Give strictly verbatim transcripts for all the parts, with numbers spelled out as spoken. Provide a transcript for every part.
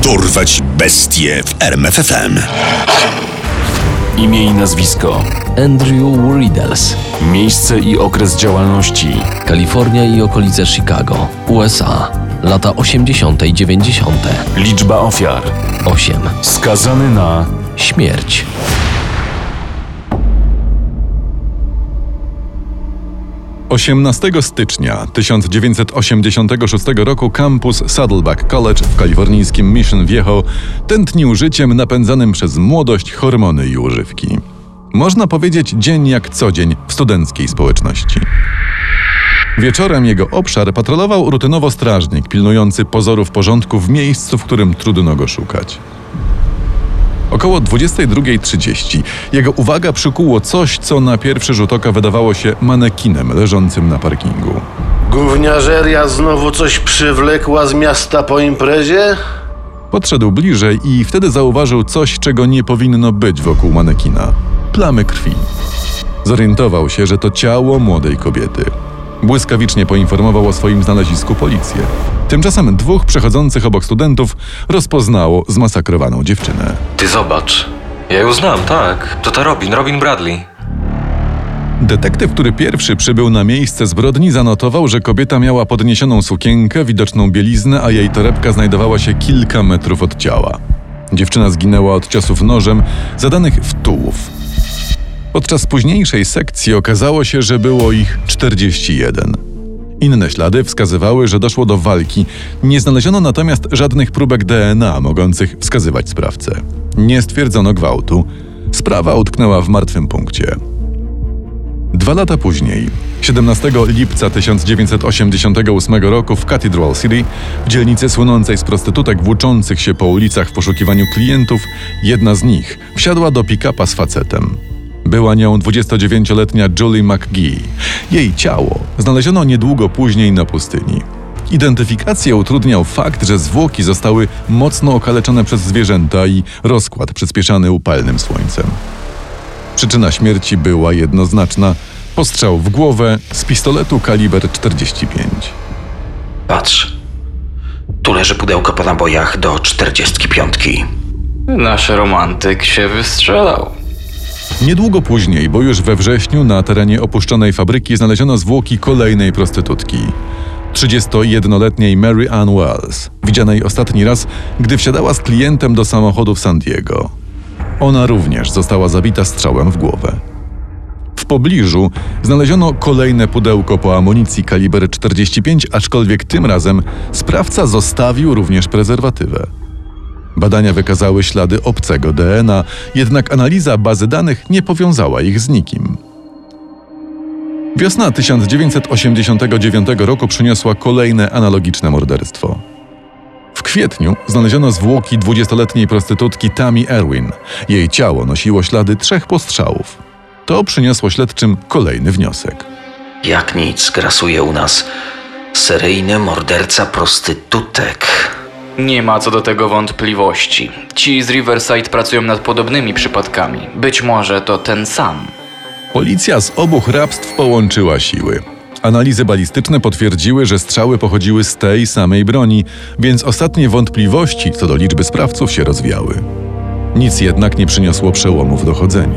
Dorwać bestie w R M F F M. Imię i nazwisko: Andrew Riddles. Miejsce i okres działalności: Kalifornia i okolice Chicago, U S A. Lata osiemdziesiąte i dziewięćdziesiąte. Liczba ofiar: osiem. Skazany na Śmierć. osiemnastego stycznia tysiąc dziewięćset osiemdziesiątego szóstego roku kampus Saddleback College w kalifornijskim Mission Viejo tętnił życiem napędzanym przez młodość, hormony i używki. Można powiedzieć dzień jak co dzień w studenckiej społeczności. Wieczorem jego obszar patrolował rutynowo strażnik pilnujący pozorów porządku w miejscu, w którym trudno go szukać. Około dwudziestej drugiej trzydzieści jego uwaga przykuło coś, co na pierwszy rzut oka wydawało się manekinem leżącym na parkingu. Gówniarzeria znowu coś przywlekła z miasta po imprezie? Podszedł bliżej i wtedy zauważył coś, czego nie powinno być wokół manekina. Plamy krwi. Zorientował się, że to ciało młodej kobiety. Błyskawicznie poinformował o swoim znalezisku policję. Tymczasem dwóch przechodzących obok studentów rozpoznało zmasakrowaną dziewczynę. Ty zobacz, ja ją znam, tak. To ta Robin, Robin Bradley. Detektyw, który pierwszy przybył na miejsce zbrodni, zanotował, że kobieta miała podniesioną sukienkę, widoczną bieliznę, a jej torebka znajdowała się kilka metrów od ciała. Dziewczyna zginęła od ciosów nożem zadanych w tułów. Podczas późniejszej sekcji okazało się, że było ich czterdzieści jeden. Inne ślady wskazywały, że doszło do walki. Nie znaleziono natomiast żadnych próbek D N A mogących wskazywać sprawcę. Nie stwierdzono gwałtu. Sprawa utknęła w martwym punkcie. Dwa lata później, siedemnastego lipca tysiąc dziewięćset osiemdziesiątego ósmego roku w Cathedral City, w dzielnicy słynącej z prostytutek włóczących się po ulicach w poszukiwaniu klientów, jedna z nich wsiadła do pick-upa z facetem. Była nią dwudziestodziewięcioletnia Julie McGee. Jej ciało znaleziono niedługo później na pustyni. Identyfikację utrudniał fakt, że zwłoki zostały mocno okaleczone przez zwierzęta i rozkład przyspieszany upalnym słońcem. Przyczyna śmierci była jednoznaczna. Postrzał w głowę z pistoletu kaliber czterdzieści pięć. Patrz, tu leży pudełko po nabojach do czterdziestki piątki. Nasz romantyk się wystrzelał. Niedługo później, bo już we wrześniu, na terenie opuszczonej fabryki znaleziono zwłoki kolejnej prostytutki. trzydziestojednoletniej Mary Ann Wells, widzianej ostatni raz, gdy wsiadała z klientem do samochodu w San Diego. Ona również została zabita strzałem w głowę. W pobliżu znaleziono kolejne pudełko po amunicji kaliber czterdzieści pięć, aczkolwiek tym razem sprawca zostawił również prezerwatywę. Badania wykazały ślady obcego D N A, jednak analiza bazy danych nie powiązała ich z nikim. Wiosna tysiąc dziewięćset osiemdziesiątego dziewiątego roku przyniosła kolejne analogiczne morderstwo. W kwietniu znaleziono zwłoki dwudziestoletniej prostytutki Tammy Erwin. Jej ciało nosiło ślady trzech postrzałów. To przyniosło śledczym kolejny wniosek. Jak nic, grasuje u nas seryjny morderca prostytutek. Nie ma co do tego wątpliwości. Ci z Riverside pracują nad podobnymi przypadkami. Być może to ten sam. Policja z obu hrabstw połączyła siły. Analizy balistyczne potwierdziły, że strzały pochodziły z tej samej broni, więc ostatnie wątpliwości co do liczby sprawców się rozwiały. Nic jednak nie przyniosło przełomu w dochodzeniu.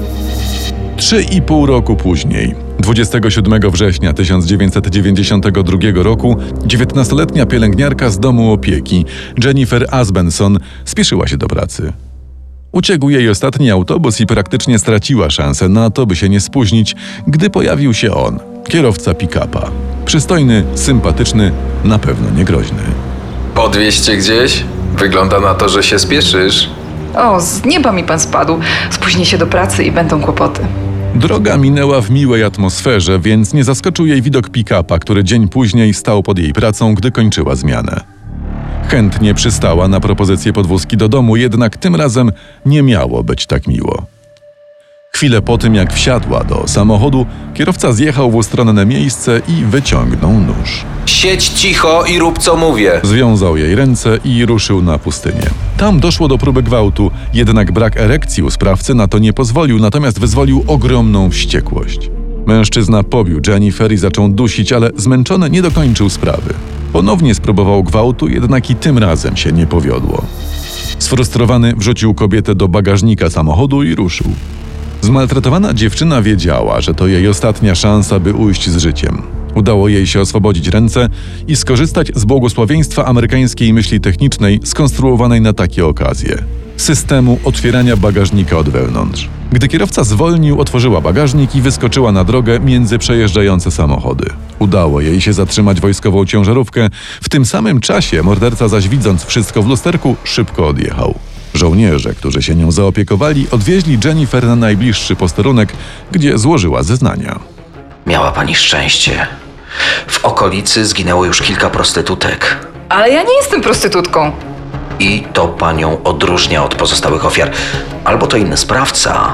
Trzy i pół roku później, dwudziestego siódmego września tysiąc dziewięćset dziewięćdziesiątego drugiego roku, dziewiętnastoletnia pielęgniarka z domu opieki, Jennifer Asbenson, spieszyła się do pracy. Uciekł jej ostatni autobus i praktycznie straciła szansę na to, by się nie spóźnić, gdy pojawił się on, kierowca pick-upa. Przystojny, sympatyczny, na pewno niegroźny. Podwieźć cię gdzieś? Wygląda na to, że się spieszysz. O, z nieba mi pan spadł. Spóźnię się do pracy i będą kłopoty. Droga minęła w miłej atmosferze, więc nie zaskoczył jej widok pick-upa, który dzień później stał pod jej pracą, gdy kończyła zmianę. Chętnie przystała na propozycję podwózki do domu, jednak tym razem nie miało być tak miło. Chwilę po tym, jak wsiadła do samochodu, kierowca zjechał w ustronne miejsce i wyciągnął nóż. Siedź cicho i rób co mówię. Związał jej ręce i ruszył na pustynię. Tam doszło do próby gwałtu, jednak brak erekcji u sprawcy na to nie pozwolił, natomiast wyzwolił ogromną wściekłość. Mężczyzna pobił Jennifer i zaczął dusić, ale zmęczony nie dokończył sprawy. Ponownie spróbował gwałtu, jednak i tym razem się nie powiodło. Sfrustrowany wrzucił kobietę do bagażnika samochodu i ruszył. Zmaltretowana dziewczyna wiedziała, że to jej ostatnia szansa, by ujść z życiem. Udało jej się oswobodzić ręce i skorzystać z błogosławieństwa amerykańskiej myśli technicznej skonstruowanej na takie okazje – systemu otwierania bagażnika od wewnątrz. Gdy kierowca zwolnił, otworzyła bagażnik i wyskoczyła na drogę między przejeżdżające samochody. Udało jej się zatrzymać wojskową ciężarówkę. W tym samym czasie morderca zaś, widząc wszystko w lusterku, szybko odjechał. Żołnierze, którzy się nią zaopiekowali, odwieźli Jennifer na najbliższy posterunek, gdzie złożyła zeznania. Miała pani szczęście. W okolicy zginęło już kilka prostytutek. Ale ja nie jestem prostytutką. I to panią odróżnia od pozostałych ofiar. Albo to inny sprawca,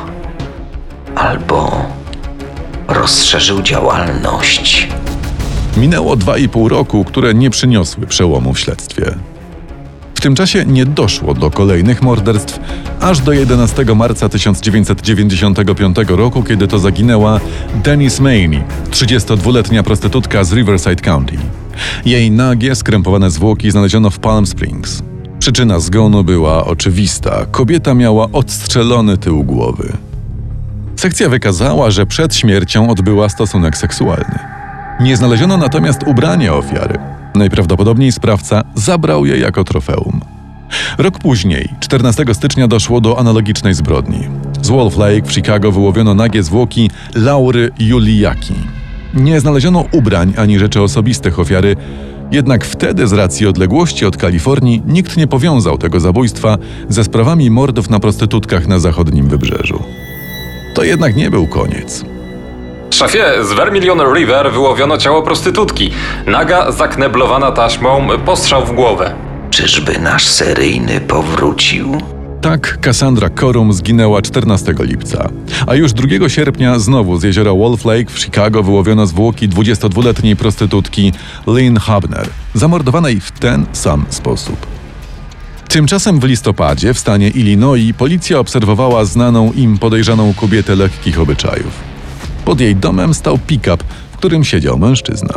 albo rozszerzył działalność. Minęło dwa i pół roku, które nie przyniosły przełomu w śledztwie. W tym czasie nie doszło do kolejnych morderstw, aż do jedenastego marca tysiąc dziewięćset dziewięćdziesiątego piątego roku, kiedy to zaginęła Denise Maney, trzydziestodwuletnia prostytutka z Riverside County. Jej nagie, skrępowane zwłoki znaleziono w Palm Springs. Przyczyna zgonu była oczywista. Kobieta miała odstrzelony tył głowy. Sekcja wykazała, że przed śmiercią odbyła stosunek seksualny. Nie znaleziono natomiast ubrania ofiary. Najprawdopodobniej sprawca zabrał je jako trofeum. Rok później, czternastego stycznia, doszło do analogicznej zbrodni. Z Wolf Lake w Chicago wyłowiono nagie zwłoki Laury Juliaki. Nie znaleziono ubrań ani rzeczy osobistych ofiary, jednak wtedy z racji odległości od Kalifornii nikt nie powiązał tego zabójstwa ze sprawami mordów na prostytutkach na zachodnim wybrzeżu. To jednak nie był koniec. Szefie, z Vermilion River wyłowiono ciało prostytutki. Naga, zakneblowana taśmą, postrzał w głowę. Czyżby nasz seryjny powrócił? Tak, Cassandra Corum zginęła czternastego lipca, a już drugiego sierpnia znowu z jeziora Wolf Lake w Chicago wyłowiono zwłoki dwudziestodwuletniej prostytutki Lynn Hubner, zamordowanej w ten sam sposób. Tymczasem w listopadzie w stanie Illinois policja obserwowała znaną im podejrzaną kobietę lekkich obyczajów. Pod jej domem stał pick-up, w którym siedział mężczyzna.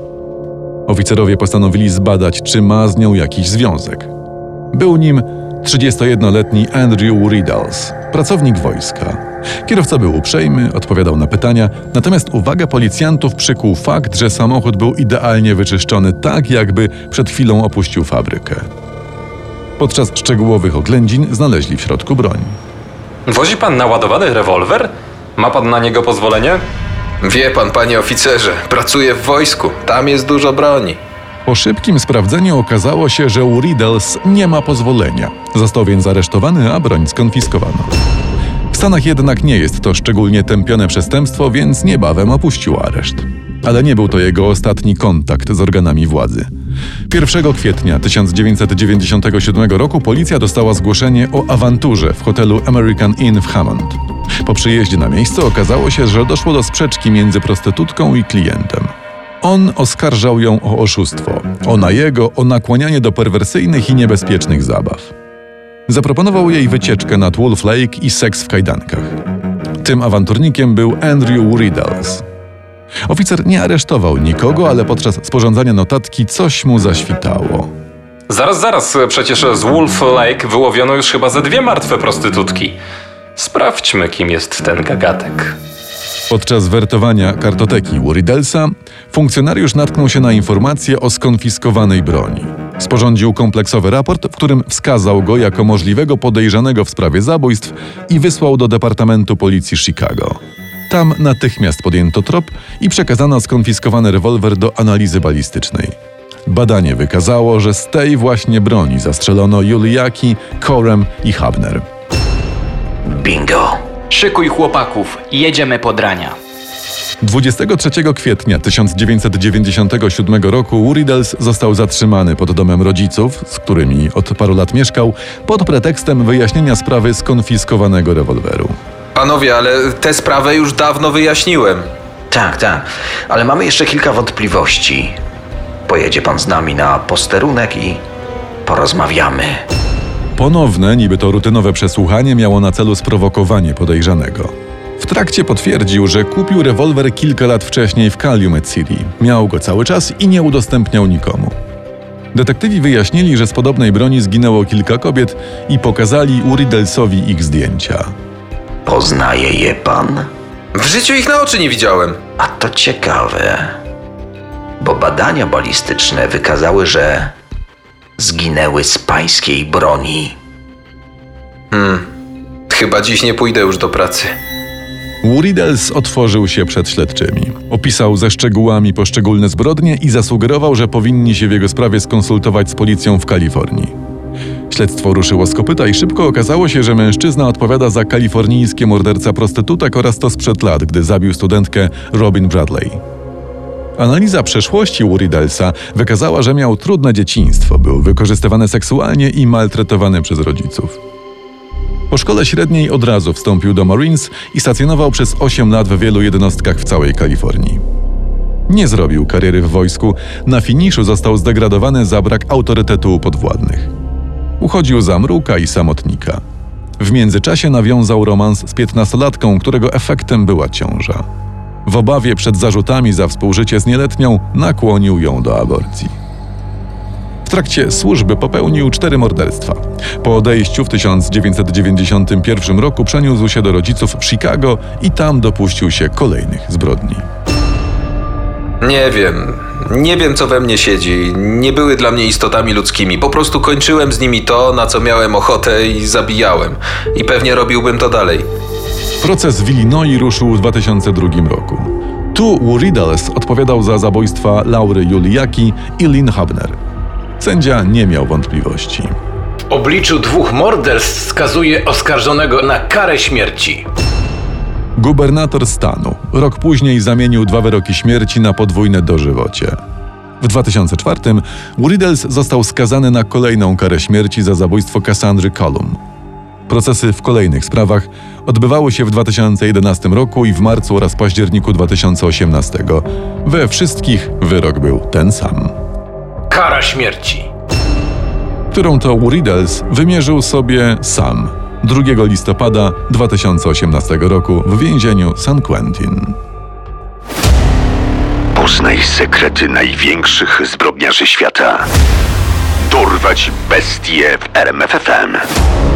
Oficerowie postanowili zbadać, czy ma z nią jakiś związek. Był nim trzydziestojednoletni Andrew Riddles, pracownik wojska. Kierowca był uprzejmy, odpowiadał na pytania, natomiast uwagę policjantów przykuł fakt, że samochód był idealnie wyczyszczony, tak jakby przed chwilą opuścił fabrykę. Podczas szczegółowych oględzin znaleźli w środku broń. Wozi pan naładowany rewolwer? Ma pan na niego pozwolenie? Wie pan, panie oficerze, pracuję w wojsku. Tam jest dużo broni. Po szybkim sprawdzeniu okazało się, że u Riddles nie ma pozwolenia. Został więc aresztowany, a broń skonfiskowano. W Stanach jednak nie jest to szczególnie tępione przestępstwo, więc niebawem opuścił areszt. Ale nie był to jego ostatni kontakt z organami władzy. pierwszego kwietnia tysiąc dziewięćset dziewięćdziesiątego siódmego roku policja dostała zgłoszenie o awanturze w hotelu American Inn w Hammond. Po przyjeździe na miejsce okazało się, że doszło do sprzeczki między prostytutką i klientem. On oskarżał ją o oszustwo, ona jego o nakłanianie do perwersyjnych i niebezpiecznych zabaw. Zaproponował jej wycieczkę nad Wolf Lake i seks w kajdankach. Tym awanturnikiem był Andrew Riddles. Oficer nie aresztował nikogo, ale podczas sporządzania notatki coś mu zaświtało. Zaraz, zaraz, przecież z Wolf Lake wyłowiono już chyba ze dwie martwe prostytutki. Sprawdźmy, kim jest ten gagatek. Podczas wertowania kartoteki u Riddelsa funkcjonariusz natknął się na informację o skonfiskowanej broni. Sporządził kompleksowy raport, w którym wskazał go jako możliwego podejrzanego w sprawie zabójstw i wysłał do Departamentu Policji Chicago. Tam natychmiast podjęto trop i przekazano skonfiskowany rewolwer do analizy balistycznej. Badanie wykazało, że z tej właśnie broni zastrzelono Juliaki, Corum i Hubner. Bingo. Szykuj chłopaków, jedziemy pod rania. dwudziestego trzeciego kwietnia tysiąc dziewięćset dziewięćdziesiątego siódmego roku Riddles został zatrzymany pod domem rodziców, z którymi od paru lat mieszkał, pod pretekstem wyjaśnienia sprawy skonfiskowanego rewolweru. Panowie, ale tę sprawę już dawno wyjaśniłem. Tak, tak, ale mamy jeszcze kilka wątpliwości. Pojedzie pan z nami na posterunek i porozmawiamy. Ponowne, niby to rutynowe przesłuchanie miało na celu sprowokowanie podejrzanego. W trakcie potwierdził, że kupił rewolwer kilka lat wcześniej w Calumet City. Miał go cały czas i nie udostępniał nikomu. Detektywi wyjaśnili, że z podobnej broni zginęło kilka kobiet i pokazali Uridelsowi ich zdjęcia. Poznaje je pan? W życiu ich na oczy nie widziałem. A to ciekawe, bo badania balistyczne wykazały, że zginęły z pańskiej broni. Hmm, chyba dziś nie pójdę już do pracy. Uridels otworzył się przed śledczymi. Opisał ze szczegółami poszczególne zbrodnie i zasugerował, że powinni się w jego sprawie skonsultować z policją w Kalifornii. Śledztwo ruszyło z kopyta i szybko okazało się, że mężczyzna odpowiada za kalifornijskie morderca prostytutek oraz to sprzed lat, gdy zabił studentkę Robin Bradley. Analiza przeszłości Uridelsa wykazała, że miał trudne dzieciństwo, był wykorzystywany seksualnie i maltretowany przez rodziców. Po szkole średniej od razu wstąpił do Marines i stacjonował przez osiem lat w wielu jednostkach w całej Kalifornii. Nie zrobił kariery w wojsku, na finiszu został zdegradowany za brak autorytetu u podwładnych. Uchodził za mruka i samotnika. W międzyczasie nawiązał romans z piętnastolatką, którego efektem była ciąża. W obawie przed zarzutami za współżycie z nieletnią nakłonił ją do aborcji. W trakcie służby popełnił cztery morderstwa. Po odejściu w tysiąc dziewięćset dziewięćdziesiątym pierwszym roku przeniósł się do rodziców w Chicago i tam dopuścił się kolejnych zbrodni. Nie wiem. Nie wiem, co we mnie siedzi. Nie były dla mnie istotami ludzkimi. Po prostu kończyłem z nimi to, na co miałem ochotę i zabijałem. I pewnie robiłbym to dalej. Proces w Illinois ruszył w dwa tysiące drugim roku. Tu Uridels odpowiadał za zabójstwa Laury Juliaki i Lynn Hubner. Sędzia nie miał wątpliwości. W obliczu dwóch morderstw skazuje oskarżonego na karę śmierci. Gubernator stanu rok później zamienił dwa wyroki śmierci na podwójne dożywocie. W dwa tysiące czwartym Uridels został skazany na kolejną karę śmierci za zabójstwo Cassandry Cullum. Procesy w kolejnych sprawach odbywały się w dwa tysiące jedenastym roku i w marcu oraz październiku dwa tysiące osiemnastego. We wszystkich wyrok był ten sam. Kara śmierci, którą to Uridels wymierzył sobie sam drugiego listopada dwa tysiące osiemnastego roku w więzieniu San Quentin. Poznaj sekrety największych zbrodniarzy świata. Dorwać bestie w R M F F M.